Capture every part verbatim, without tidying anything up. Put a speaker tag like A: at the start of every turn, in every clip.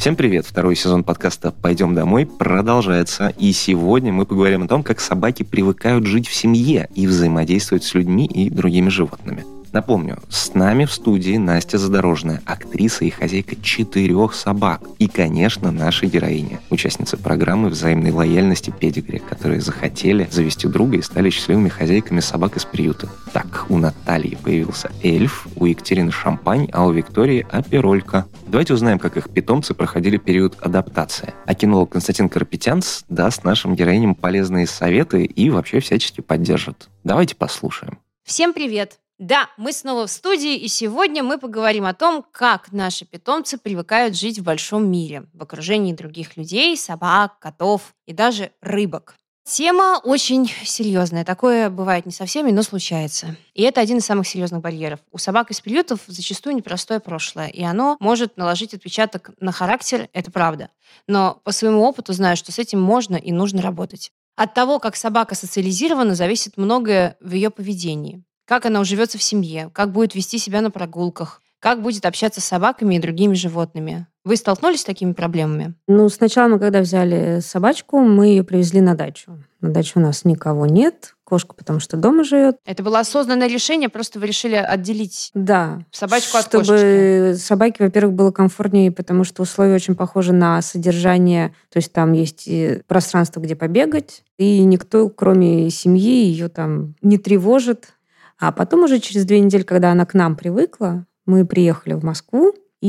A: Всем привет! Второй сезон подкаста «Пойдем домой» продолжается. И сегодня мы поговорим о том, как собаки привыкают жить в семье и взаимодействовать с людьми и другими животными. Напомню, с нами в студии Настя Задорожная, актриса и хозяйка четырех собак. И, конечно, наша героиня, участница программы взаимной лояльности «Педигри», которые захотели завести друга и стали счастливыми хозяйками собак из приюта. Так, у Натальи появился эльф, у Екатерины шампань, а у Виктории аперолька. Давайте узнаем, как их питомцы проходили период адаптации. А кинолог Константин Карапетянц даст нашим героиням полезные советы и вообще всячески поддержит. Давайте послушаем.
B: Всем привет! Да, мы снова в студии, и сегодня мы поговорим о том, как наши питомцы привыкают жить в большом мире, в окружении других людей, собак, котов и даже рыбок. Тема очень серьезная. Такое бывает не со всеми, но случается. И это один из самых серьезных барьеров. У собак из приютов зачастую непростое прошлое, и оно может наложить отпечаток на характер, это правда. Но по своему опыту знаю, что с этим можно и нужно работать. От того, как собака социализирована, зависит многое в ее поведении. Как она уживется в семье, как будет вести себя на прогулках, как будет общаться с собаками и другими животными. Вы столкнулись с такими проблемами?
C: Ну, сначала мы, когда взяли собачку, мы ее привезли на дачу. На даче у нас никого нет, кошка потому что дома живет.
B: Это было осознанное решение, просто вы решили отделить
C: да,
B: собачку от
C: чтобы
B: кошечки?
C: Собаке, во-первых, было комфортнее, потому что условия очень похожи на содержание. То есть там есть и пространство, где побегать, и никто, кроме семьи, ее там не тревожит. А потом уже через две недели, когда она к нам привыкла, мы приехали в Москву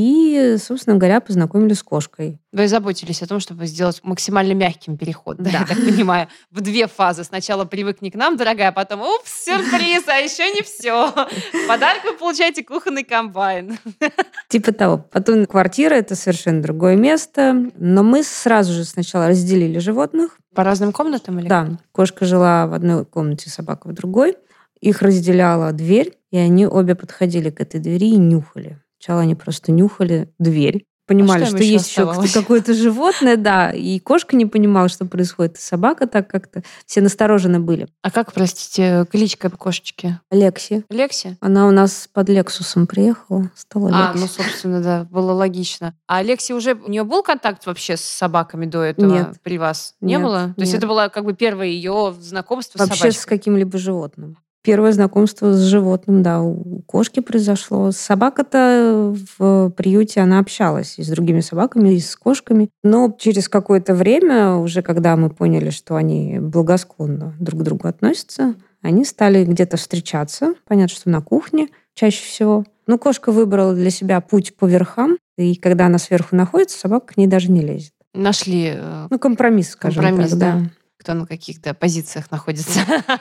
C: и, собственно говоря, познакомились с кошкой.
B: Вы заботились о том, чтобы сделать максимально мягким переход, да,
C: да.
B: я так понимаю, в две фазы. Сначала привыкни к нам, дорогая, а потом, упс, сюрприз, а еще не все. В подарок вы получаете кухонный комбайн.
C: Типа того. Потом квартира — это совершенно другое место. Но мы сразу же сначала разделили животных.
B: По разным комнатам или?
C: Да. Кошка жила в одной комнате, собака в другой. Их разделяла дверь, и они обе подходили к этой двери и нюхали. Сначала они просто нюхали дверь. Понимали,
B: а что,
C: что
B: еще
C: есть еще какое-то животное, да. И кошка не понимала, что происходит. И собака так как-то... Все насторожены были.
B: А как, простите, кличка кошечки?
C: Лекси.
B: Лекси?
C: Она у нас под Лексусом приехала, стала
B: А,
C: Лекси.
B: ну, собственно, да, было логично. А Лекси уже... У нее был контакт вообще с собаками до этого?
C: Нет.
B: При вас? Не
C: Нет,
B: было? То
C: нет.
B: есть это было как бы первое ее знакомство
C: Вообще
B: с собачкой?
C: с каким-либо животным. Первое знакомство с животным, да, у кошки произошло. Собака-то в приюте, она общалась и с другими собаками, и с кошками. Но через какое-то время, уже когда мы поняли, что они благосклонно друг к другу относятся, они стали где-то встречаться. Понятно, что на кухне чаще всего. Но кошка выбрала для себя путь по верхам, и когда она сверху находится, собака к ней даже не лезет.
B: Нашли
C: Ну, компромисс, скажем
B: компромисс,
C: так,
B: да.
C: да.
B: Кто на каких-то позициях находится.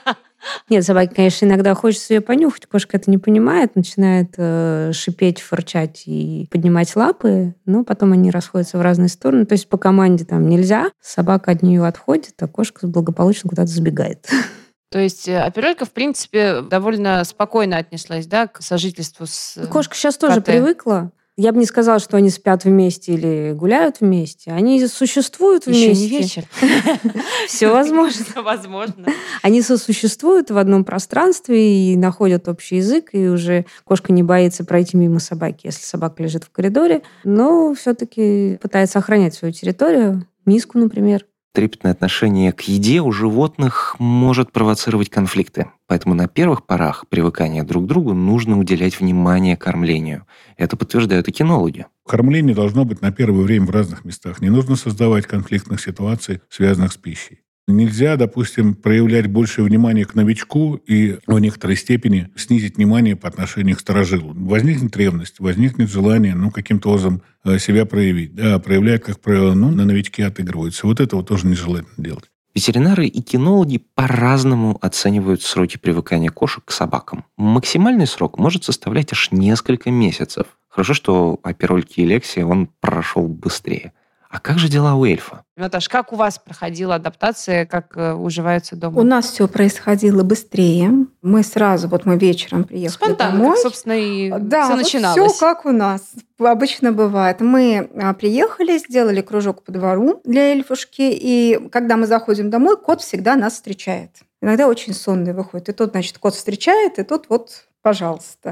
C: Нет, собаке, конечно, иногда хочется ее понюхать. Кошка это не понимает, начинает э, шипеть, фырчать и поднимать лапы, но потом они расходятся в разные стороны. То есть по команде там нельзя, собака от нее отходит, а кошка благополучно куда-то сбегает.
B: То есть аперолька, в принципе, довольно спокойно отнеслась, да, к сожительству с
C: Кошка сейчас тоже
B: коте.
C: привыкла. Я бы не сказала, что они спят вместе или гуляют вместе. Они существуют
B: Еще
C: вместе.
B: не вечер.
C: Все возможно.
B: Возможно.
C: Они сосуществуют в одном пространстве и находят общий язык, и уже кошка не боится пройти мимо собаки, если собака лежит в коридоре, но все-таки пытается охранять свою территорию, миску, например.
A: Трепетное отношение к еде у животных может провоцировать конфликты. Поэтому на первых порах привыкания друг к другу нужно уделять внимание кормлению. Это подтверждают и кинологи.
D: Кормление должно быть на первое время в разных местах. Не нужно создавать конфликтных ситуаций, связанных с пищей. Нельзя, допустим, проявлять больше внимания к новичку и в некоторой степени снизить внимание по отношению к старожилу. Возникнет ревность, возникнет желание ну, каким-то образом себя проявить. Да, проявляют, как правило, ну, на новичке отыгрываются. Вот этого тоже нежелательно делать.
A: Ветеринары и кинологи по-разному оценивают сроки привыкания кошек к собакам. Максимальный срок может составлять аж несколько месяцев. Хорошо, что аперольки и Лекси он прошел быстрее. А как же дела у эльфа?
B: Наташ, как у вас проходила адаптация, как э, уживаются дома?
E: У нас все происходило быстрее. Мы сразу, вот мы вечером приехали
B: Спонтанно,
E: домой.
B: как, собственно, и
E: да,
B: все
E: вот
B: начиналось.
E: все как у нас обычно бывает. Мы приехали, сделали кружок по двору для эльфушки, и когда мы заходим домой, кот всегда нас встречает. Иногда очень сонный выходит. И тут, значит, кот встречает, и тут вот, пожалуйста.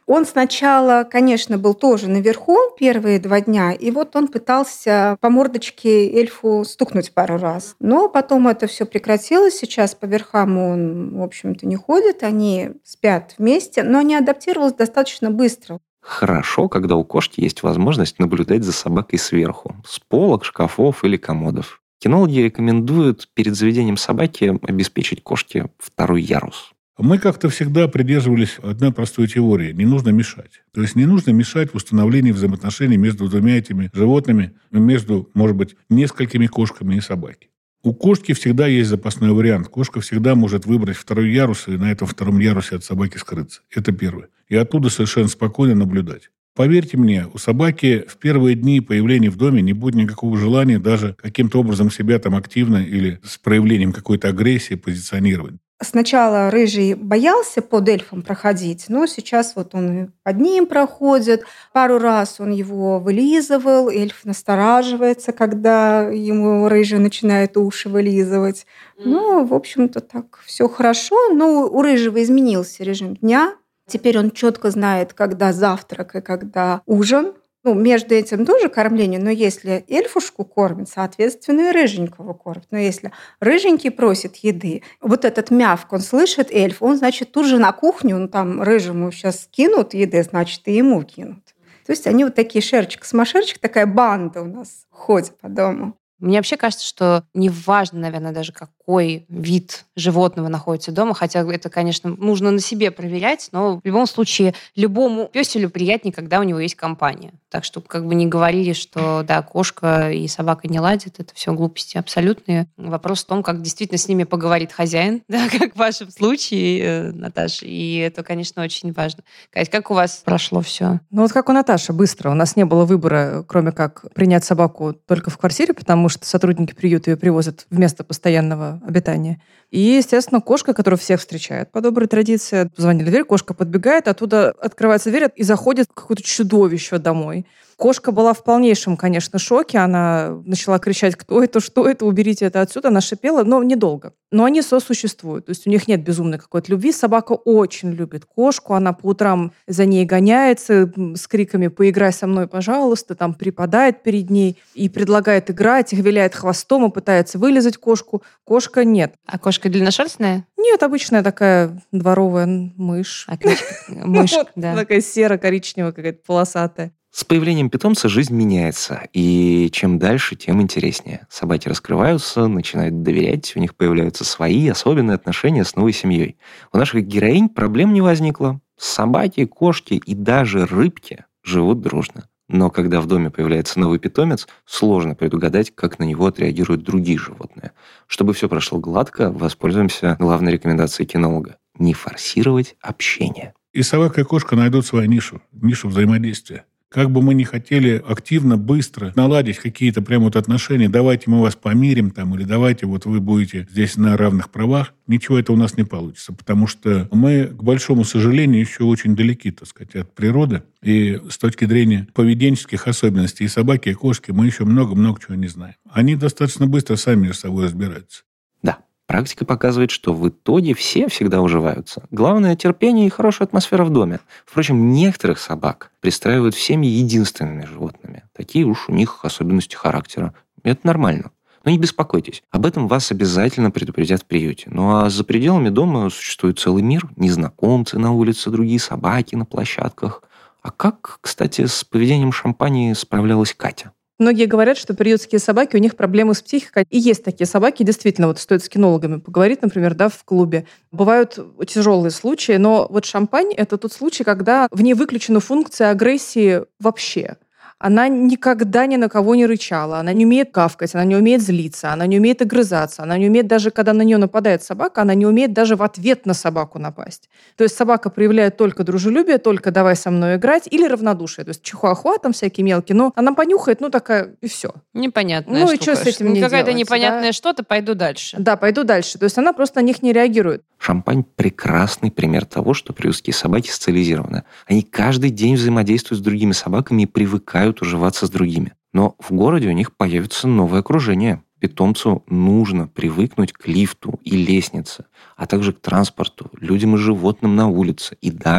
E: Он сначала, конечно, был тоже наверху первые два дня, и вот он пытался по мордочке эльфу стукнуть пару раз. Но потом это все прекратилось. Сейчас по верхам он, в общем-то, не ходит, они спят вместе, но они адаптировались достаточно быстро.
A: Хорошо, когда у кошки есть возможность наблюдать за собакой сверху, с полок, шкафов или комодов. Кинологи рекомендуют перед заведением собаки обеспечить кошке второй ярус.
D: Мы как-то всегда придерживались одной простой теории. Не нужно мешать. То есть не нужно мешать в установлении взаимоотношений между двумя этими животными, между, может быть, несколькими кошками и собакой. У кошки всегда есть запасной вариант. Кошка всегда может выбрать второй ярус и на этом втором ярусе от собаки скрыться. Это первое. И оттуда совершенно спокойно наблюдать. Поверьте мне, у собаки в первые дни появления в доме не будет никакого желания даже каким-то образом себя там активно или с проявлением какой-то агрессии позиционировать.
E: Сначала Рыжий боялся под эльфом проходить, но сейчас вот он под ним проходит. Пару раз он его вылизывал, эльф настораживается, когда ему Рыжий начинает уши вылизывать. Ну, в общем-то, так все хорошо. Но у Рыжего изменился режим дня. Теперь он четко знает, когда завтрак и когда ужин. Ну, между этим тоже кормление, но если эльфушку кормит, соответственно, и рыженького кормит. Но если рыженький просит еды, вот этот мявк, он слышит эльф, он, значит, тут же на кухню, ну, там рыжему сейчас кинут еды, значит, и ему кинут. То есть они вот такие шерчик-смашерчик, такая банда у нас ходит по дому.
B: Мне вообще кажется, что не важно, наверное, даже какой вид животного находится дома, хотя это, конечно, нужно на себе проверять, но в любом случае любому пёселю приятнее, когда у него есть компания. Так что как бы не говорили, что да, кошка и собака не ладят, это все глупости абсолютные. Вопрос в том, как действительно с ними поговорит хозяин, да, как в вашем случае, Наташа, и это, конечно, очень важно. Кать, как у вас прошло все?
F: Ну вот как у Наташи, быстро. У нас не было выбора, кроме как принять собаку только в квартире, потому что сотрудники приюта ее привозят в место постоянного обитания. И, естественно, кошка, которая всех встречает по доброй традиции. Позвонили в дверь, кошка подбегает, оттуда открывается дверь, и заходит какое-то чудовище домой. Кошка была в полнейшем, конечно, шоке. Она начала кричать: кто это, что это, уберите это отсюда. Она шипела, но недолго. Но они сосуществуют. То есть у них нет безумной какой-то любви. Собака очень любит кошку. Она по утрам за ней гоняется с криками: поиграй со мной, пожалуйста. Там припадает перед ней и предлагает играть, виляет хвостом и пытается вылизать кошку. Кошка нет.
B: А кошка длинношерстная?
F: Нет, обычная такая дворовая мышь.
B: Отлично. Мышь, да.
F: Такая серо-коричневая какая-то, полосатая.
A: С появлением питомца жизнь меняется, и чем дальше, тем интереснее. Собаки раскрываются, начинают доверять, у них появляются свои особенные отношения с новой семьей. У наших героинь проблем не возникло. Собаки, кошки и даже рыбки живут дружно. Но когда в доме появляется новый питомец, сложно предугадать, как на него отреагируют другие животные. Чтобы все прошло гладко, воспользуемся главной рекомендацией кинолога – не форсировать общение.
D: И собака и кошка найдут свою нишу, нишу взаимодействия. Как бы мы ни хотели активно, быстро наладить какие-то прям вот отношения, давайте мы вас помирим там, или давайте вот вы будете здесь на равных правах, ничего это у нас не получится, потому что мы, к большому сожалению, еще очень далеки, так сказать, от природы. И с точки зрения поведенческих особенностей и собаки, и кошки мы еще много-много чего не знаем. Они достаточно быстро сами между собой разбираются.
A: Да. Практика показывает, что в итоге все всегда уживаются. Главное – терпение и хорошая атмосфера в доме. Впрочем, некоторых собак пристраивают в семьи единственными животными. Такие уж у них особенности характера. И это нормально. Но не беспокойтесь. Об этом вас обязательно предупредят в приюте. Ну а за пределами дома существует целый мир. Незнакомцы на улице, другие собаки на площадках. А как, кстати, с поведением шампани справлялась Катя?
F: Многие говорят, что приютские собаки, у них проблемы с психикой. И есть такие собаки, действительно, вот стоит с кинологами поговорить, например, да, в клубе. Бывают тяжелые случаи, но вот шампань – это тот случай, когда в ней выключена функция агрессии вообще. Она никогда ни на кого не рычала, она не умеет гавкать, она не умеет злиться, она не умеет огрызаться, она не умеет даже, когда на нее нападает собака, она не умеет даже в ответ на собаку напасть. То есть собака проявляет только дружелюбие, только «давай со мной играть» или равнодушие. То есть чихуахуа там всякие мелкие, но она понюхает, ну такая, и все.
B: Непонятная
F: Ну
B: штука.
F: и что с этим не
B: Какая-то
F: делать,
B: непонятное
F: да?
B: что-то, пойду дальше.
F: Да, пойду дальше. То есть она просто на них не реагирует.
A: Шампань – прекрасный пример того, что приютские собаки социализированы. Они каждый день взаимодействуют с другими собаками и привыкают уживаться с другими. Но в городе у них появится новое окружение. Питомцу нужно привыкнуть к лифту и лестнице, а также к транспорту, людям и животным на улице и даже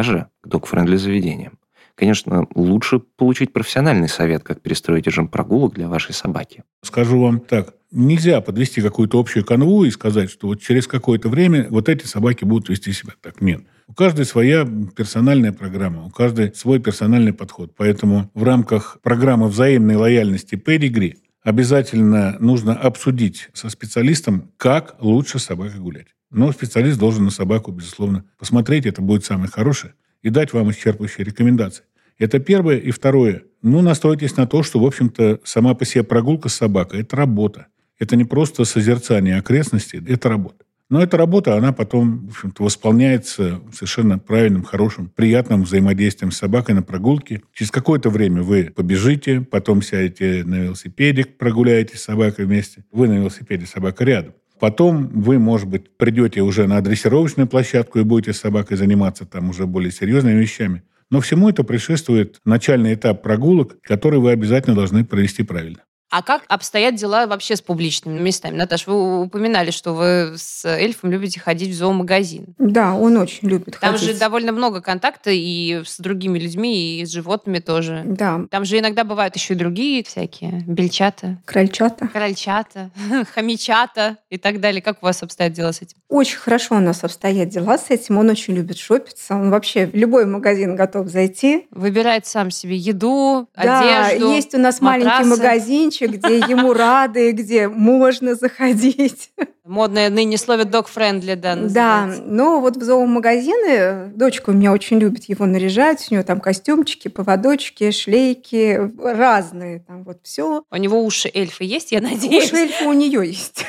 A: к dog-friendly заведениям. Конечно, лучше получить профессиональный совет, как перестроить режим прогулок для вашей собаки.
D: Скажу вам так, нельзя подвести какую-то общую канву и сказать, что вот через какое-то время вот эти собаки будут вести себя так. Нет. У каждой своя персональная программа, у каждой свой персональный подход. Поэтому в рамках программы взаимной лояльности Pedigree обязательно нужно обсудить со специалистом, как лучше с собакой гулять. Но специалист должен на собаку, безусловно, посмотреть, это будет самое хорошее, и дать вам исчерпывающие рекомендации. Это первое. И второе. Ну, настройтесь на то, что, в общем-то, сама по себе прогулка с собакой – это работа. Это не просто созерцание окрестностей, это работа. Но эта работа, она потом, в общем-то, восполняется совершенно правильным, хорошим, приятным взаимодействием с собакой на прогулке. Через какое-то время вы побежите, потом сядете на велосипедик, прогуляетесь с собакой вместе. Вы на велосипеде, собака рядом. Потом вы, может быть, придете уже на дрессировочную площадку и будете с собакой заниматься там уже более серьезными вещами. Но всему это предшествует начальный этап прогулок, который вы обязательно должны провести правильно.
B: А как обстоят дела вообще с публичными местами? Наташа, вы упоминали, что вы с Эльфом любите ходить в зоомагазин.
E: Да, он очень любит
B: Там
E: ходить.
B: же довольно много контакта и с другими людьми, и с животными тоже.
E: Да.
B: Там же иногда бывают еще и другие всякие бельчата,
E: Крольчата.
B: крольчата, хомячата и так далее. Как у вас обстоят дела с этим?
E: Очень хорошо у нас обстоят дела с этим. Он очень любит шопиться. Он вообще в любой магазин готов зайти.
B: Выбирает сам себе еду,
E: Да,
B: одежду,
E: есть у нас
B: матрасы.
E: маленький магазинчик, где ему рады, где можно заходить.
B: Модное ныне слово dog-friendly, да,
E: Да,
B: называется.
E: но вот в зоомагазины дочка у меня очень любит его наряжать. У нее там костюмчики, поводочки, шлейки разные. Там вот все.
B: У него уши эльфа есть, я надеюсь?
E: Уж эльфа у нее есть.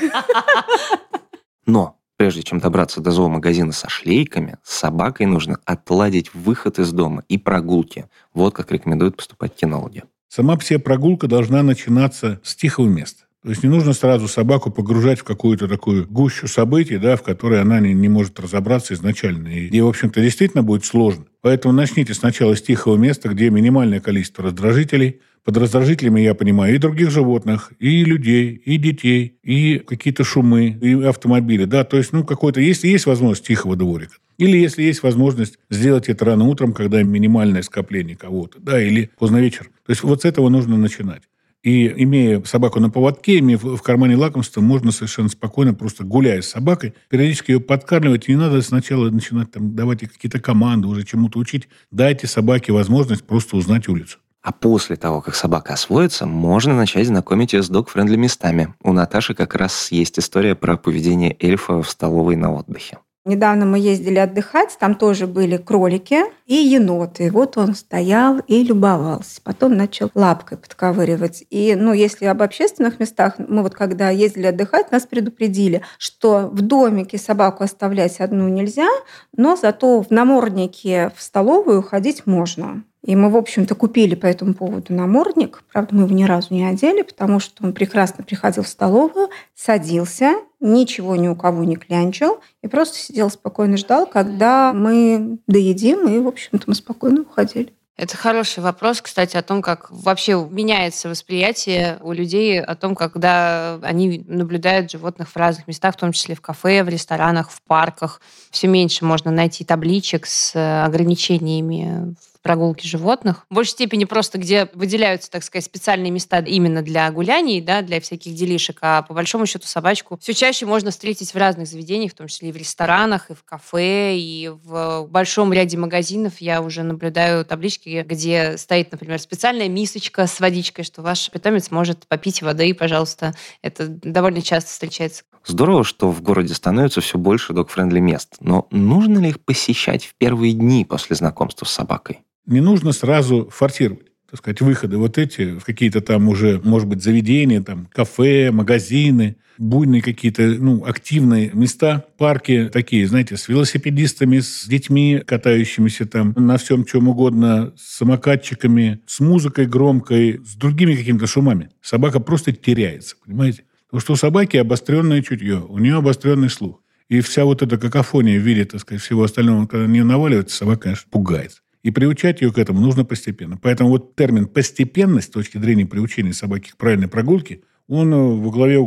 A: Но прежде чем добраться до зоомагазина со шлейками, с собакой нужно отладить выход из дома и прогулки. Вот как рекомендуют поступать кинологи.
D: Сама по себе прогулка должна начинаться с тихого места. То есть не нужно сразу собаку погружать в какую-то такую гущу событий, да, в которой она не, не может разобраться изначально. И где, в общем-то, действительно будет сложно. Поэтому начните сначала с тихого места, где минимальное количество раздражителей. Под раздражителями я понимаю и других животных, и людей, и детей, и какие-то шумы, и автомобили. Да, то есть, ну, какой-то, если есть возможность тихого дворика, или если есть возможность сделать это рано утром, когда минимальное скопление кого-то, да, или поздно вечером. То есть вот с этого нужно начинать. И имея собаку на поводке, имея в кармане лакомства, можно совершенно спокойно, просто гуляя с собакой, периодически ее подкармливать. И не надо сначала начинать там, давать ей какие-то команды, уже чему-то учить. Дайте собаке возможность просто узнать улицу.
A: А после того, как собака освоится, можно начать знакомить ее с dog-friendly местами. У Наташи как раз есть история про поведение эльфа в столовой на отдыхе.
E: Недавно мы ездили отдыхать, там тоже были кролики и еноты. Вот он стоял и любовался. Потом начал лапкой подковыривать. И, ну, если об общественных местах, мы вот когда ездили отдыхать, нас предупредили, что в домике собаку оставлять одну нельзя, но зато в наморднике в столовую ходить можно. И мы, в общем-то, купили по этому поводу намордник. Правда, мы его ни разу не одели, потому что он прекрасно приходил в столовую, садился, ничего ни у кого не клянчил, и просто сидел спокойно ждал, когда мы доедим, и, в общем-то, мы спокойно уходили.
B: Это хороший вопрос, кстати, о том, как вообще меняется восприятие у людей, о том, когда они наблюдают животных в разных местах, в том числе в кафе, в ресторанах, в парках. Все меньше можно найти табличек с ограничениями в прогулке животных. В большей степени просто, где выделяются, так сказать, специальные места именно для гуляний, да, для всяких делишек, а по большому счету собачку все чаще можно встретить в разных заведениях, в том числе и в ресторанах, и в кафе, и в большом ряде магазинов. Я уже наблюдаю таблички, где стоит, например, специальная мисочка с водичкой, что ваш питомец может попить воды, пожалуйста. Это довольно часто встречается.
A: Здорово, что в городе становится все больше dog-friendly мест. Но нужно ли их посещать в первые дни после знакомства с собакой?
D: Не нужно сразу форсировать, так сказать, выходы вот эти в какие-то там уже, может быть, заведения, там, кафе, магазины, буйные какие-то, ну, активные места, парки такие, знаете, с велосипедистами, с детьми, катающимися там на всем чем угодно, с самокатчиками, с музыкой громкой, с другими какими-то шумами. Собака просто теряется, понимаете? Потому что у собаки обостренное чутье, у нее обостренный слух. И вся вот эта какофония в виде, так сказать, всего остального, когда на нее наваливается, собака, конечно, пугается. И приучать ее к этому нужно постепенно. Поэтому вот термин «постепенность» с точки зрения приучения собаки к правильной прогулке, он во главе угла.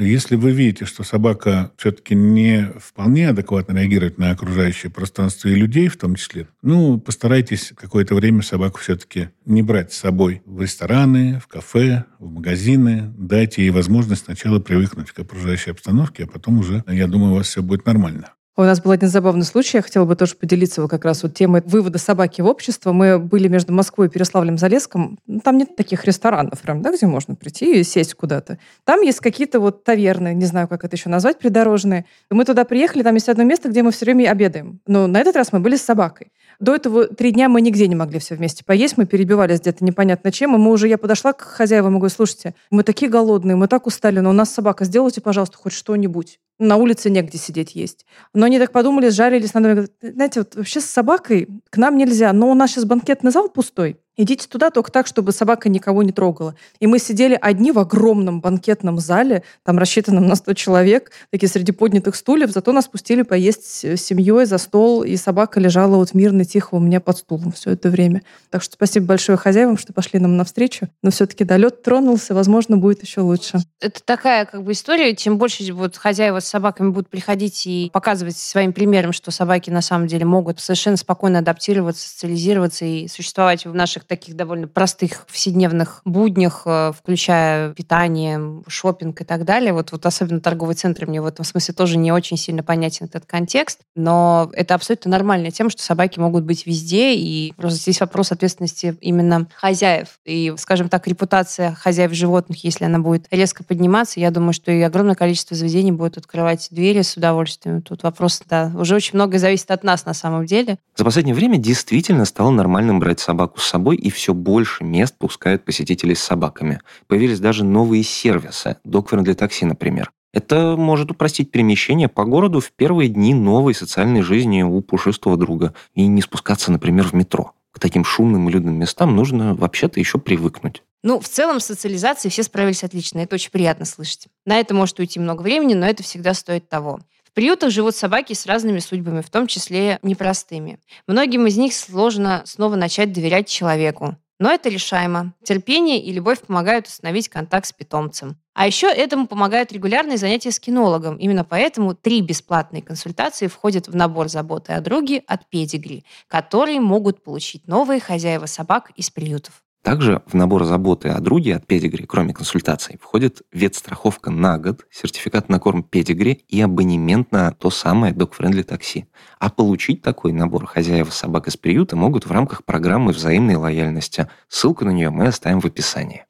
D: Если вы видите, что собака все-таки не вполне адекватно реагирует на окружающее пространство и людей в том числе, ну, постарайтесь какое-то время собаку все-таки не брать с собой в рестораны, в кафе, в магазины. Дайте ей возможность сначала привыкнуть к окружающей обстановке, а потом уже, я думаю, у вас все будет нормально.
F: У нас был один забавный случай, я хотела бы тоже поделиться вот как раз вот темой вывода собаки в общество. Мы были между Москвой и Переславлем-Залесском. Там нет таких ресторанов, прям, да, где можно прийти и сесть куда-то. Там есть какие-то вот таверны, не знаю, как это еще назвать, придорожные. Мы туда приехали, там есть одно место, где мы все время обедаем. Но на этот раз мы были с собакой. До этого три дня мы нигде не могли все вместе поесть, мы перебивались где-то непонятно чем, и мы уже, я подошла к хозяевам и говорю, слушайте, мы такие голодные, мы так устали, но у нас собака, сделайте, пожалуйста, хоть что-нибудь. На улице негде сидеть есть. Но они так подумали, сжарились надо мной, говорят, знаете, вот вообще с собакой к нам нельзя, но у нас сейчас банкетный зал пустой. Идите туда только так, чтобы собака никого не трогала. И мы сидели одни в огромном банкетном зале, там рассчитанном на сто человек, такие среди поднятых стульев, зато нас пустили поесть с семьей за стол, и собака лежала вот мирно, тихо у меня под стулом все это время. Так что спасибо большое хозяевам, что пошли нам навстречу. Но все-таки да, лед тронулся, возможно, будет еще лучше.
B: Это такая как бы история, чем больше вот хозяева с собаками будут приходить и показывать своим примером, что собаки на самом деле могут совершенно спокойно адаптироваться, социализироваться и существовать в наших таких довольно простых повседневных буднях, включая питание, шопинг и так далее. Вот, вот особенно торговые центры, мне в этом смысле тоже не очень сильно понятен этот контекст, но это абсолютно нормальная тема, что собаки могут быть везде, и просто здесь вопрос ответственности именно хозяев. И, скажем так, репутация хозяев животных, если она будет резко подниматься, я думаю, что и огромное количество заведений будет открывать двери с удовольствием. Тут вопрос, да, уже очень многое зависит от нас на самом деле.
A: За последнее время действительно стало нормальным брать собаку с собой, и все больше мест пускают посетителей с собаками. Появились даже новые сервисы, Dog-Friendly Taxi, например. Это может упростить перемещение по городу в первые дни новой социальной жизни у пушистого друга и не спускаться, например, в метро. К таким шумным и людным местам нужно вообще-то еще привыкнуть.
B: Ну, в целом, с социализацией все справились отлично. Это очень приятно слышать. На это может уйти много времени, но это всегда стоит того. В приютах живут собаки с разными судьбами, в том числе непростыми. Многим из них сложно снова начать доверять человеку. Но это решаемо. Терпение и любовь помогают установить контакт с питомцем. А еще этому помогают регулярные занятия с кинологом. Именно поэтому три бесплатные консультации входят в набор заботы о друге от Pedigree, которые могут получить новые хозяева собак из приютов.
A: Также в набор заботы о друге от Pedigree, кроме консультаций, входит ветстраховка на год, сертификат на корм Pedigree и абонемент на то самое Dog-Friendly Taxi. А получить такой набор хозяева собак из приюта могут в рамках программы взаимной лояльности. Ссылку на нее мы оставим в описании.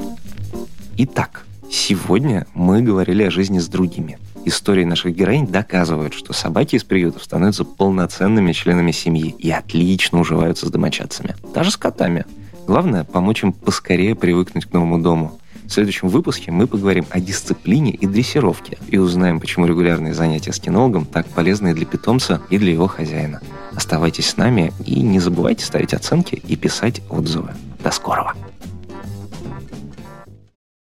A: Итак, сегодня мы говорили о жизни с другими. Истории наших героинь доказывают, что собаки из приютов становятся полноценными членами семьи и отлично уживаются с домочадцами. Даже с котами. Главное – помочь им поскорее привыкнуть к новому дому. В следующем выпуске мы поговорим о дисциплине и дрессировке и узнаем, почему регулярные занятия с кинологом так полезны для питомца и для его хозяина. Оставайтесь с нами и не забывайте ставить оценки и писать отзывы. До скорого!